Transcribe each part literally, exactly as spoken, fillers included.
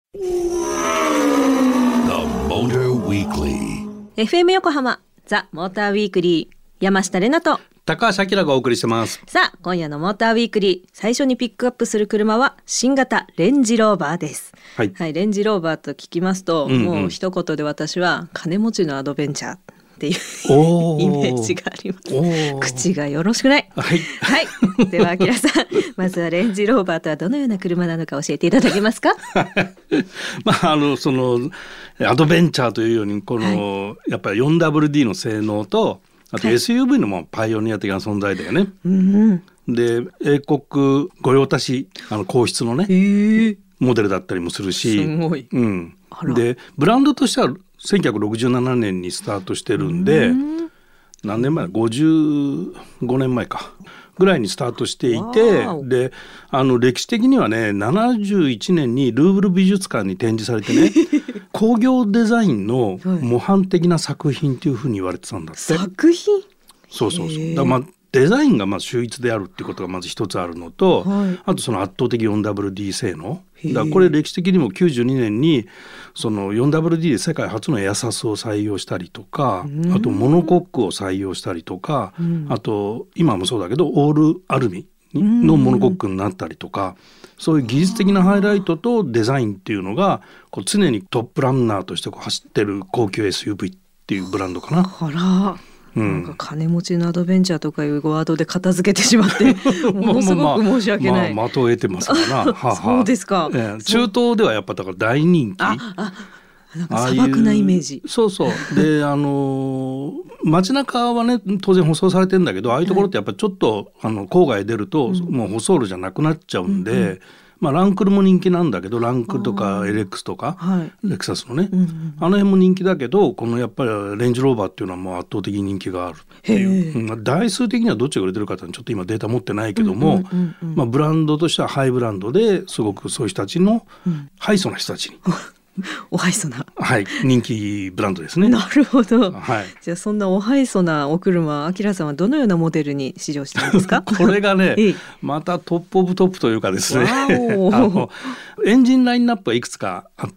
エフエム 横浜ザ・モーターウィークリー、山下れなと高橋明がお送りしてます。 さあ今夜のモーターウィークリー、最初にピックアップする車は新型レンジローバーです。はい、はい、レンジローバーと聞きますと、うんうん、もう一言で私は金持ちのアドベンチャーっていうイメージがあります。口がよろしくない。はい、はい、では明さんまずはレンジローバーとはどのような車なのか教えていただけますか。 まああのそのアドベンチャーというようにこの、はい、やっぱり フォーダブリューディー の性能とあと エスユーブイ のもパイオニア的な存在だよね。はい、うんうん、で英国御用達あの皇室のね、えー、モデルだったりもするし、すごい、うん、でブランドとしてはせんきゅうひゃくろくじゅうななねんにスタートしてるんで、ん何年前ごじゅうごねんまえかぐらいにスタートしていて、であの歴史的にはねななじゅういちねんにルーブル美術館に展示されてね工業デザインの模範的な作品というふうに言われてたんだって。 作品？ そうそうそう。だまあデザインがまあ秀逸であるっていうことがまず一つあるのと、はい、あとその圧倒的 フォーダブリューディー 性能だ、これ歴史的にもきゅうじゅうにねんにその フォーダブリューディー で世界初のエアサスを採用したりとか、あとモノコックを採用したりとか、あと今もそうだけどオールアルミのモノコックになったりとか、そういう技術的なハイライトとデザインっていうのがこう常にトップランナーとしてこう走ってる高級 エスユーブイ っていうブランドかな。 あら、うん、なんか金持ちのアドベンチャーとかいうワードで片付けてしまってものすごく申し訳ない。 まあ、まあ、的を得てますからな。はそうですか、 えー、中東ではやっぱだから大人気。 ああなんか砂漠なイメージ。 そうそうであの街中はね当然舗装されてるんだけど、ああいうところってやっぱちょっとあの郊外出ると、うん、もう舗装路じゃなくなっちゃうんで、うんうん、まあ、ランクルも人気なんだけど、ランクルとか エルエックス とか、はい、レクサスのね、うんうん、あの辺も人気だけど、このやっぱりレンジローバーっていうのはもう圧倒的に人気があるっていう、台数的にはどっちが売れてるかってちょっと今データ持ってないけども、うんうんうんうん、まあ、ブランドとしてはハイブランドですごくそういう人たちの、うん、ハイソな人たちにおハイソな、 はい、人気ブランドですね。 なるほど、 はい、 じゃあそんなおハイソなお車、アキラさんはどのようなモデルに試乗してるんですか。 これがねまたトップオブトップというかですねあのエンジンラインナップはいくつかあって、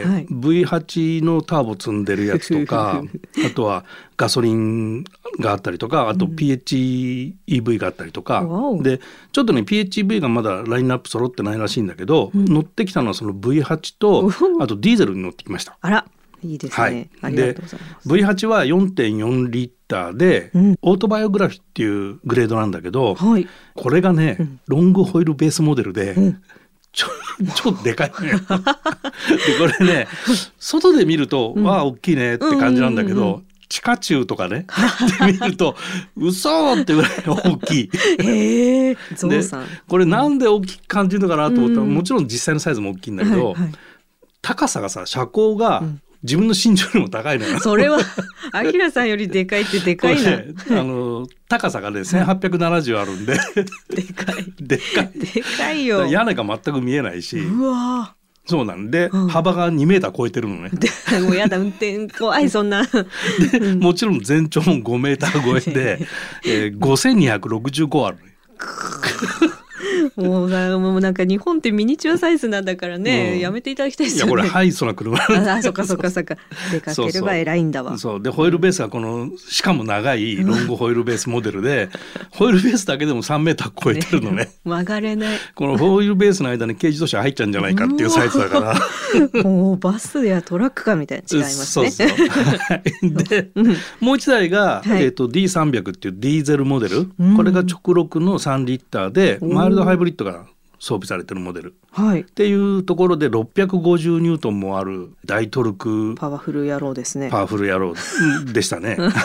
はい、ブイはち のターボ積んでるやつとかあとはガソリンがあったりとか、あと ピーエイチイーブイ があったりとか、うん、でちょっとね ピーエイチイーブイ がまだラインナップ揃ってないらしいんだけど、うん、乗ってきたのはその ブイはち とあとディーゼルに乗ってきました。 あらいいですね、はい、ありがとうございます。 ブイはち は よんてんよん リッターで、うん、オートバイオグラフィっていうグレードなんだけど、はい、これがね、うん、ロングホイールベースモデルで、うんちょちょっとでかいのよでこれね外で見ると、うん、わあ大きいねって感じなんだけど、うんうんうん、地下中とかね見ると嘘ってぐらい大きいへーゾウさん。 これなんで大きく感じるのかなと思ったら、うん、もちろん実際のサイズも大きいんだけど、はいはい、高さがさ車高が、うん自分の身長よりも高いのよ。 それはアキラさんよりでかいってでかいな、ね、 あの高さがねせんはっぴゃくななじゅうあるんででかいでかいでかいよ。 屋根が全く見えないし、 うわそうなんで、うん、幅がにメーター超えてるのね。 でもうやだ運転怖いそんなで、うん、もちろん全長もごメーター超えで、えー、ごせんにひゃくろくじゅうごあるもうもうなんか日本ってミニチュアサイズなんだからね、うん、やめていただきたいですよね。 いやこれハイソな車ああそっかそっかそっかでかければ偉いんだわ。 そうそうそうでホイールベースはこのしかも長いロングホイールベースモデルで、うん、ホイールベースだけでもさんメーター超えてるのね。ね曲がれない。 このホイールベースの間に軽自動車入っちゃうんじゃないかっていうサイズだからもうバスやトラックかみたいな違いますね。 そうそうで、うん、もう一台が、はいえー、と ディーさんびゃく っていうディーゼルモデル、うん、これが直録のさんリッターでマイルドハイブリッドが装備されてるモデル、はい、っていうところでろっぴゃくごじゅうニュートンもある大トルクパワフル野郎ですね。 パワフル野郎でしたね、はい、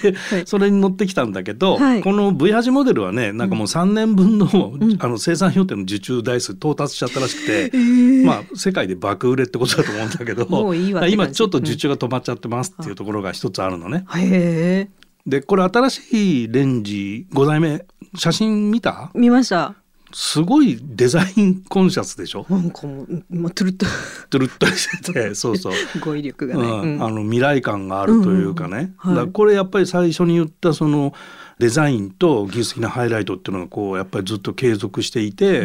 で、はい、それに乗ってきたんだけど、はい、この ブイはち モデルはねなんかもうさんねんぶんの、うん、あの生産予定の受注台数到達しちゃったらしくて、えー、まあ世界で爆売れってことだと思うんだけどもういいわ今ちょっと受注が止まっちゃってますっていうところが一つあるのね、うん、へーでこれ新しいレンジごだいめ写真見た？ 見ました。 すごいデザインコンシャスでしょ。 なんかもう、まあ、トゥルッとトゥルッとしててそうそう語彙力がね、 うんうん、 あの未来感があるというかね、うんうんはい、だからこれやっぱり最初に言ったそのデザインと技術的なハイライトっていうのがこうやっぱりずっと継続していて、うん、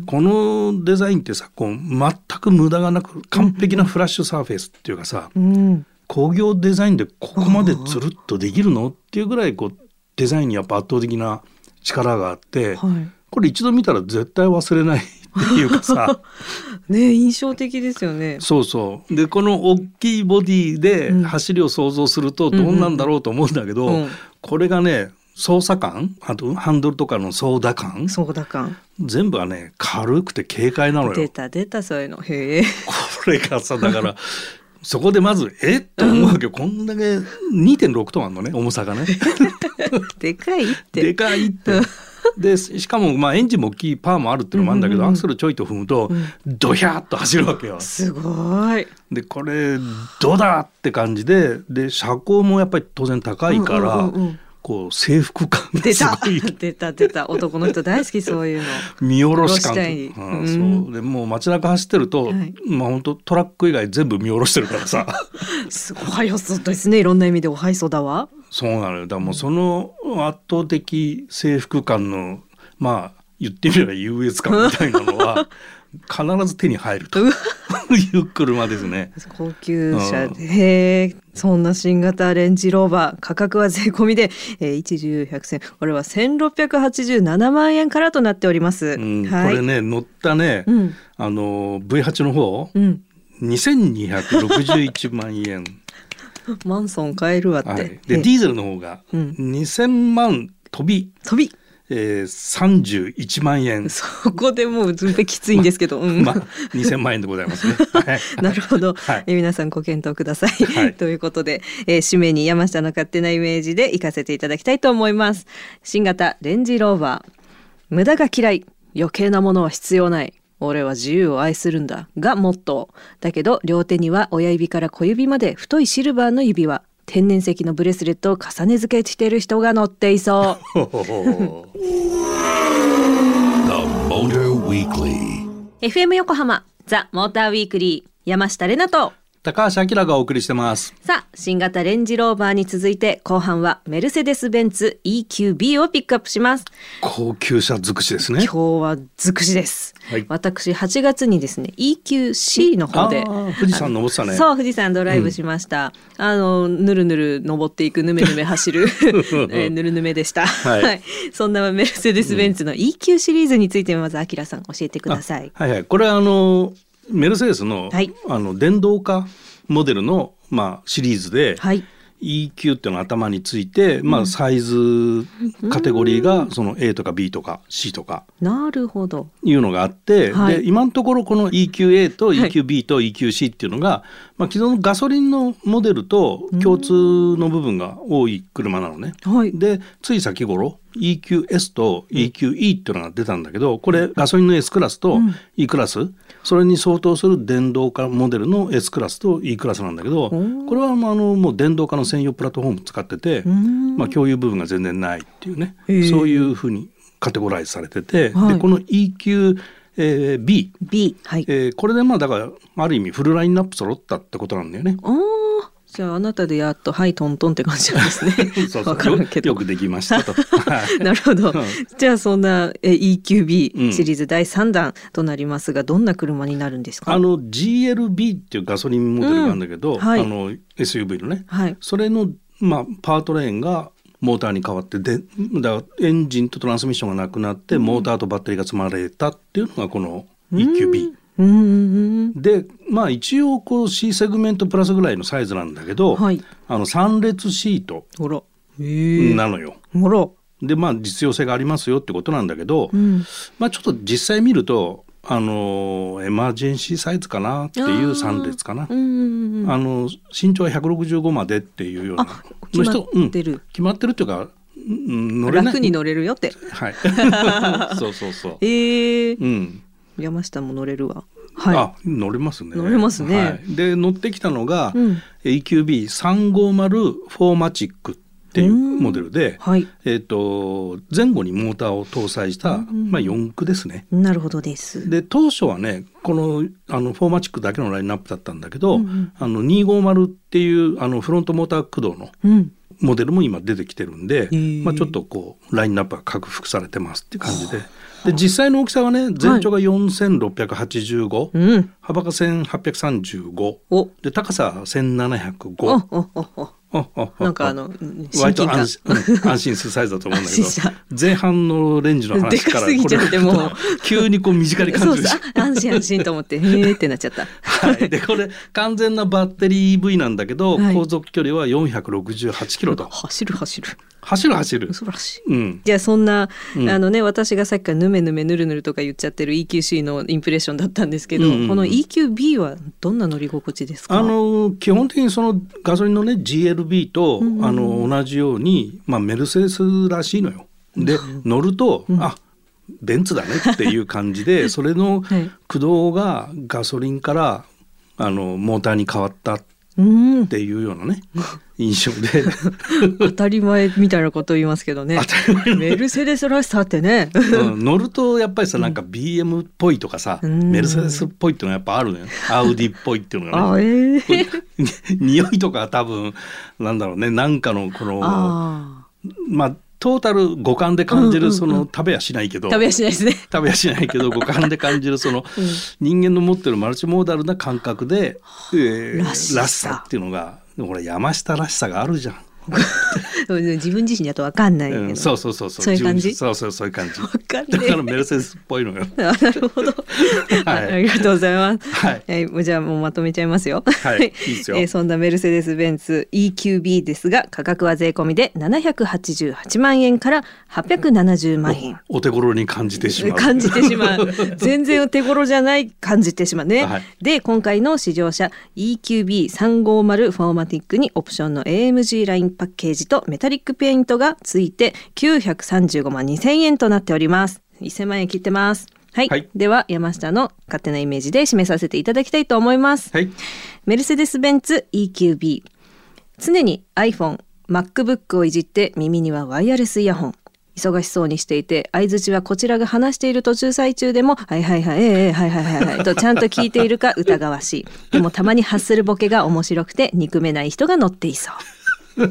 このデザインってさこう全く無駄がなく完璧なフラッシュサーフェイスっていうかさ、うん、工業デザインでここまでつるっとできるのっていうぐらいこうデザインにやっぱ圧倒的な力があって、はい、これ一度見たら絶対忘れないっていうかさね印象的ですよね。 そうそうでこの大きいボディで走りを想像するとどんなんだろうと思うんだけど、うんうんうん、これがね操作感あとハンドルとかの操舵感操舵感全部はね軽くて軽快なのよ。 出た出たそういうのへえこれがさだからそこでまずえっと思うわけよ、うん、こんだけ にてんろく トンあるのね重さがねでかいってでかいってでしかもまあエンジンも大きいパワーもあるっていうのもあるんだけど、うんうんうん、アクセルちょいと踏むと、うん、ドヒャーッと走るわけよ。 すごいでこれどうだって感じでで車高もやっぱり当然高いから、うんうんうんうんこう制服感がすごい出た出た男の人大好きそういうの見下ろし感、うんうん、そうでもう街中走ってると、はいまあ、本当トラック以外全部見下ろしてるからさすごい速そうですねいろんな意味でお速そうだわ。 そうなのよだからもうその圧倒的制服感のまあ言ってみれば優越感みたいなのは必ず手に入るという車ですね。 高級車で、へーそんな新型レンジローバー価格は税込みで、えー、一重百戦これはせんろっぴゃくはちじゅうななまんえんからとなっております、 うんはい、これね乗ったね、うん、あの ブイはち の方、うん、にせんにひゃくろくじゅういちまんえんマンソン買えるわって、はい、 でディーゼルの方がにせんまん飛び飛びえー、さんじゅういちまんえんそこでもうずっときついんですけど、 まうんまあ、にせんまんえんでございますねなるほど、はいえー、皆さんご検討ください、はい、ということで、えー、締めに山下の勝手なイメージで行かせていただきたいと思います。新型レンジローバー無駄が嫌い余計なものは必要ない俺は自由を愛するんだがモットーだけど両手には親指から小指まで太いシルバーの指輪天然石のブレスレットを重ね付けしている人が乗っていそう エフエム 横浜ザ・モーターウィークリー山下れなと高橋明がお送りしてます。 さあ新型レンジローバーに続いて後半はメルセデスベンツ イーキュービー をピックアップします。 高級車尽くしですね。 今日は尽くしです、はい、私はちがつにですね イーキューシー の方で富士山登ってたね。 そう富士山ドライブしました、うん、あのぬるぬる登っていくぬめぬめ走る、えー、ぬるぬめでした、はいはい、そんなメルセデスベンツの イーキュー シリーズについてまず明さん教えてください。 はいはい、これはあのメルセデス の,、はい、あの電動化モデルの、まあ、シリーズで、はい、イーキュー っていうのが頭について、まあ、サイズカテゴリーがその エー とか ビー とか シー とかなるほどいうのがあって、はい、で今のところこの イーキューエー と イーキュービー と イーキューシー っていうのが、はいまあ、既存のガソリンのモデルと共通の部分が多い車なのね、はい、でつい先頃イーキューエス と イーキューイー っていうのが出たんだけどこれガソリンの S クラスと E クラス、うん、それに相当する電動化モデルの S クラスと E クラスなんだけどこれはまああのもう電動化の専用プラットフォーム使ってて、まあ、共有部分が全然ないっていうねそういうふうにカテゴライズされてて、はい、でこの イーキューえー、B, B、はいえー、これでまあだからある意味フルラインナップ揃ったってことなんだよね。 あじゃああなたでやっとはいトントンって感じなんですねそうそう分からんけど よ, よくできましたとなるほど、うん、じゃあそんなえ イーキュービー シリーズだいさんだんとなりますが、うん、どんな車になるんですか。 あの ジーエルビー っていうガソリンモデルがあるんだけど、うんはい、あの エスユーブイ のね、はい、それの、まあ、パワートレーンがモーターに変わってでだからエンジンとトランスミッションがなくなって、うん、モーターとバッテリーが積まれたっていうのがこの イーキュービー、うんうんうん、でまあ一応こう C セグメントプラスぐらいのサイズなんだけど、はい、あのさん列シートなのよ。でまあ実用性がありますよってことなんだけど、うん、まあちょっと実際見るとあのエマージェンシーサイズかなっていうさん列かな。あ、うんうん、あの身長はひゃくろくじゅうごまでっていうような決まってる、うん、 決まってるっていうか乗れない楽に乗れるよってはいそうそうそうえーうん、山下も乗れるわ、 はい、あ乗れますね乗れますね、はい、 で乗ってきたのが、うん、イーキュービーさんごーまるフォーマチックってっていうモデルで、 はい、 えー、と前後にモーターを搭載した、まあ、よん駆ですね。 なるほどです。 で当初はねこのあのフォーマチックだけのラインナップだったんだけど、うんうん、あのにひゃくごじゅうっていうあのフロントモーター駆動のモデルも今出てきてるんで、うん、まあ、ちょっとこうラインナップが拡幅されてますって感じで、で実際の大きさはね全長がよんせんろっぴゃくはちじゅうご、はい、幅がせんはっぴゃくさんじゅうごで高させんななひゃくご。 おおおおなんかあの割と安心、うん、安心するサイズだと思うんだけど前半のレンジの話からでかすぎちゃってもう急にこう身近に感じるしそうそう安心安心と思ってへーってなっちゃった、 はい、でこれ完全なバッテリー イーブイ なんだけど、はい、航続距離はよんひゃくろくじゅうはちキロと走る走る走る走る素晴らしい、うん、じゃあそんな、うん、あのね私がさっきからヌメヌメヌルヌルとか言っちゃってる イーキューシー のインプレッションだったんですけど、うんうんうん、この イーキュービー はどんな乗り心地ですか？ あの基本的にそのガソリンのね ジーエルビー と、うんうん、あの同じように、まあ、メルセデスらしいのよ。で、うん、乗ると、うん、あベンツだねっていう感じでそれの駆動がガソリンからあのモーターに変わったっていうようなね、うん、印象で当たり前みたいなこと言いますけどねメルセデスらしさってね、 うん、乗るとやっぱりさなんか ビーエム っぽいとかさ、うん、メルセデスっぽいっていうのがやっぱあるのよ。アウディっぽいっていうのがねあ、えー、匂いとか多分なんだろうねなんかのこのあまあトータル五感で感じるその、うんうんうん、食べやしないけど食べやしないですね食べやしないけど五感で感じるその、うん、人間の持ってるマルチモーダルな感覚で、えー、らしさ、らしさっていうのがこれ山下らしさがあるじゃん自分自身だと分かんないけど、うん、 そうそうそうそうそういう感じそうそうそういう感じ分かんだからメルセデスっぽいのよなるほど、はい、ありがとうございます、はいえー、じゃあもうまとめちゃいますよ、 はい、いいですよ、 えー、そんなメルセデスベンツ イーキュービー ですが価格は税込みでななひゃくはちじゅうはちまんえんからはっぴゃくななじゅうまんえんお, お手頃に感じてしまう感じてしまう全然お手頃じゃない感じてしまうね、はい、で今回の試乗車 イーキュービーさんごまる フォーマティックにオプションの エーエムジー ラインパッケージとメタリックペイントがついてきゅうひゃくさんじゅうごまんにせんえんとなっております。せんまんえん切ってます。はい、はい、では山下の勝手なイメージで締めさせていただきたいと思います、はい、メルセデスベンツ イーキュービー 常に iPhone、MacBook をいじって耳にはワイヤレスイヤホン忙しそうにしていて相槌はこちらが話している途中最中でもはいはいはいええはいはいはいはいとちゃんと聞いているか疑わしいでもたまに発するボケが面白くて憎めない人が乗っていそう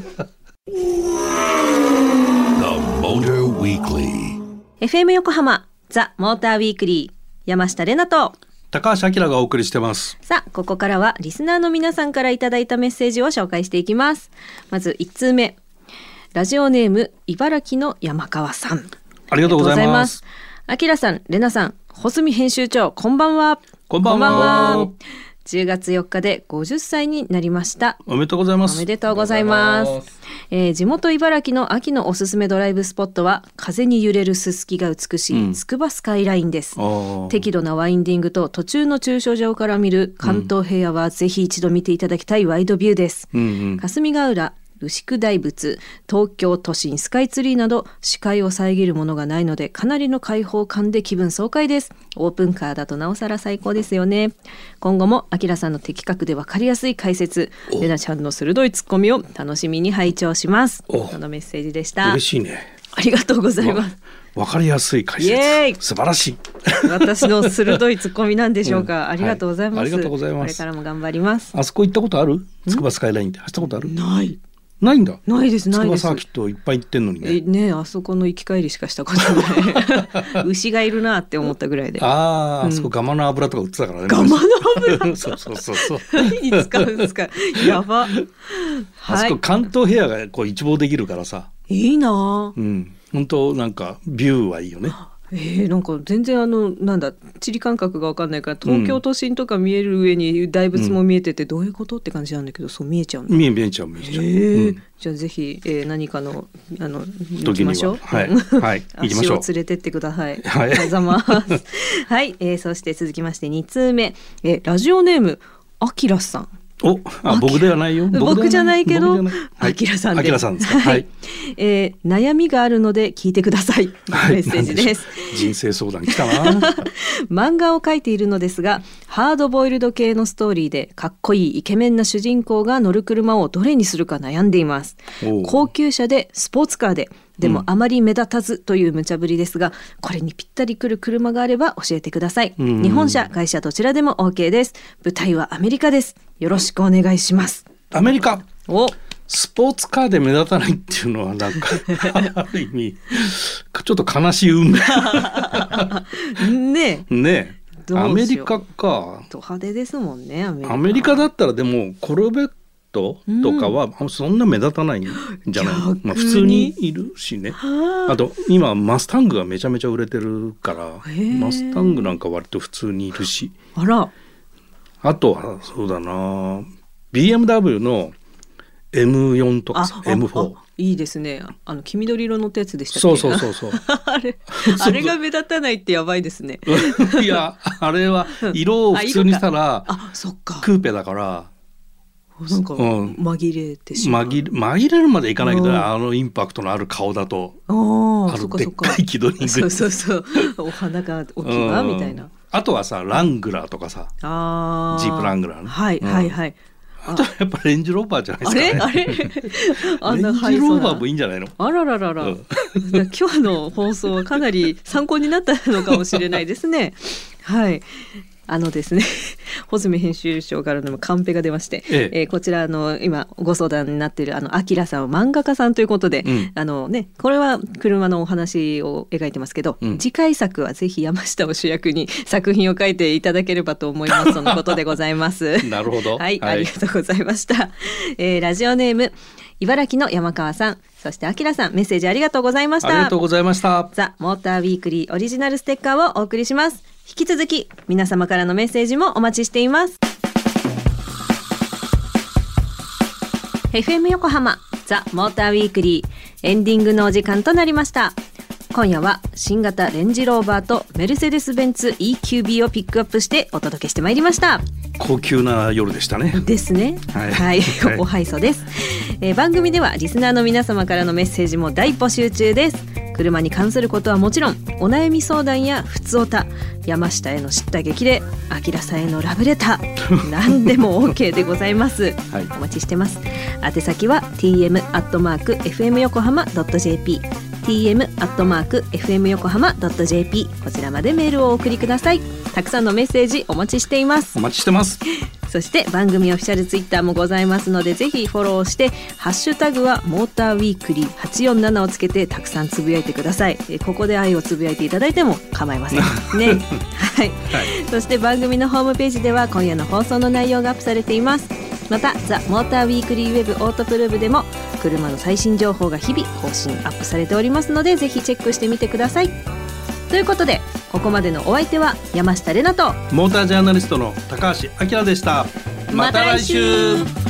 エフエム 横浜ザ・モーターウィークリー山下れなと高橋明がお送りしてます。 さあここからはリスナーの皆さんからいただいたメッセージを紹介していきます。まずいち通目ラジオネーム茨城の山川さんありがとうございます。 明さんれなさん穂積編集長こんばんは。 こんばんは。こんばんは。 じゅうがつよっかでごじゅっさいになりました。 おめでとうございます。 おめでとうございます。えー、地元茨城の秋のおすすめドライブスポットは風に揺れるすすきが美しいつくばスカイラインです、うん、適度なワインディングと途中の駐車場から見る関東平野はぜひ一度見ていただきたいワイドビューです、うんうん、霞ヶ浦牛久大仏東京都心スカイツリーなど視界を遮るものがないのでかなりの開放感で気分爽快です。オープンカーだとなおさら最高ですよね。今後もあきらさんの的確で分かりやすい解説れなちゃんの鋭いツッコミを楽しみに拝聴します。このメッセージでした。 嬉しいね。 ありがとうございます。 分かりやすい解説素晴らしい私の鋭いツッコミなんでしょうか、うん、ありがとうございます、 はい、ありがとうございます。 これからも頑張ります。 あそこ行ったことある？つくばスカイラインって走ったことある？ ないないんだ。 ないですないです。 筑波サーキットいっぱい行ってんのにね。 えねあそこの行き帰りしかしたことない牛がいるなって思ったぐらいで。 ああ、うん、あそこガマの油とか売ってたからね。 ガマの油そうそうそうそう何に使うんですかやば、はい、 あそこ関東平野がこう一望できるからさいいな。 うん本当なんかビューはいいよね。 えー、なんか全然あのなんだ地理感覚が分かんないから東京都心とか見える上に大仏も見えててどういうことって感じなんだけど、そう見えちゃうの。 見え見えちゃう見えちゃう、えーうん、じゃあぜひ、えー、何かのあの行きましょう。 はい、はい、行きましょう。 足を連れてってください。 はい、 ありがとうございますはい、えー、そして続きましてに通目、えー、ラジオネームあきらさんお、あ、僕ではないよ。 僕じゃないけど、あきらさんで。 あきらさんですか。はい。 えー、悩みがあるので聞いてください。 はい、 メッセージです。 人生相談来たな。 漫画を描いているのですが、ハードボイルド系のストーリーでかっこいいイケメンな主人公が乗る車をどれにするか悩んでいます。高級車でスポーツカーで、でもあまり目立たずという無茶ぶりですが、これにぴったりくる車があれば教えてください。日本車、会社どちらでも OK です。舞台はアメリカです。よろしくお願いします。 アメリカ。 お、 スポーツカーで目立たないっていうのはなんかある意味ちょっと悲しい運命ねえねえ、アメリカか。 ド派手ですもんね、アメリカ。 アメリカだったらでもコルベットとかはそんな目立たないんじゃない、うん、まあ、普通にいるしね。あと今マスタングがめちゃめちゃ売れてるから、マスタングなんか割と普通にいるし。 あら。 あとはそうだな、 ビーエムダブリュー の エムフォー とか エムフォー。 いいですね。あの黄緑色のやつでしたっけ。 そうそうそうそうあれあれが目立たないってやばいですね。 いや、あれは色を普通にしたらあ、そっか、 クーペだからなんか紛れてしまう、 紛れ、紛れるまでいかないけど、あのインパクトのある顔だと、あのでっかい気取り、 そうそうそうお花が大きいわみたいな。 あとはさ、ラングラーとかさ、あジープラングラーね。 はいはいはい。 あとはやっぱレンジローバーじゃないですかね。 あれあれあんなレンジローバーもいいんじゃないの。 あらららら、うん、今日の放送はかなり参考になったのかもしれないですね。はい、あのですね、穂積編集長からのカンペが出まして、えええー、こちらの今ご相談になっているあのあきらさんは漫画家さんということで、うん、あのね、これは車のお話を描いてますけど、うん、次回作はぜひ山下を主役に作品を書いていただければと思いますとのことでございます。 なるほど、 はい、はい、ありがとうございました。えー、ラジオネーム茨城の山川さん、そしてあきらさん、メッセージありがとうございました。 ありがとうございました。 ザ・モーターウィークリーオリジナルステッカーをお送りします。引き続き皆様からのメッセージもお待ちしています。 エフエム 横浜ザ・モーターウィークリーエンディングのお時間となりました。今夜は新型レンジローバーとメルセデスベンツ イーキュービー をピックアップしてお届けしてまいりました。 高級な夜でしたね。 ですね。はい、はい、おはいそです、えー、番組ではリスナーの皆様からのメッセージも大募集中です。車に関することはもちろん、お悩み相談やふつおた、山下への知った激励、あきらさんへのラブレター何でも OK でございます、はい、お待ちしてます。宛先は ティーエム アットマーク エフエム 横浜 ドット ジェーピー ティーエム アットマーク エフエム 横浜 ドット ジェーピー こちらまでメールをお送りください。たくさんのメッセージお待ちしています。 お待ちしてます。 そして番組オフィシャルツイッターもございますので、ぜひフォローしてハッシュタグはモーターウィークリーはちよんななをつけてたくさんつぶやいてください。ここで愛をつぶやいていただいても構いませんね。はい、はい、そして番組のホームページでは今夜の放送の内容がアップされています。またザ・モーターウィークリーウェブオートプルーブでも車の最新情報が日々更新アップされておりますので、ぜひチェックしてみてください。ということでここまでのお相手は山下れなとモータージャーナリストの高橋明でした。また来週。